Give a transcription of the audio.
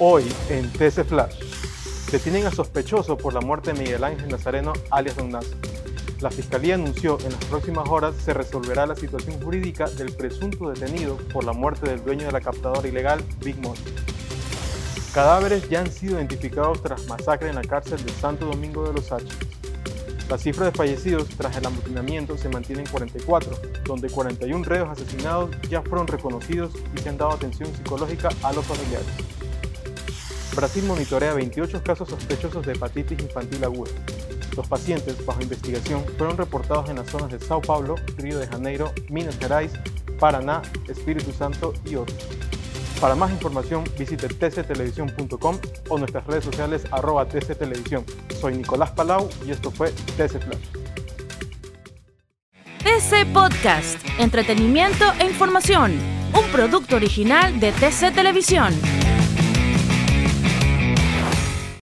Hoy en TC Flash, detienen a sospechoso por la muerte de Miguel Ángel Nazareno, alias Don Nazo. La Fiscalía anunció en las próximas horas se resolverá la situación jurídica del presunto detenido por la muerte del dueño de la captadora ilegal, Big Money. Cadáveres ya han sido identificados tras masacre en la cárcel de Santo Domingo de los Áchilas. La cifra de fallecidos tras el amotinamiento se mantiene en 44, donde 41 reos asesinados ya fueron reconocidos y se han dado atención psicológica a los familiares. Brasil monitorea 28 casos sospechosos de hepatitis infantil aguda. Los pacientes bajo investigación fueron reportados en las zonas de Sao Paulo, Río de Janeiro, Minas Gerais, Paraná, Espíritu Santo y otros. Para más información visite tctelevisión.com o nuestras redes sociales @tctelevisión. Soy Nicolás Palau y esto fue TC Flash. TC Podcast, entretenimiento e información, un producto original de TC Televisión.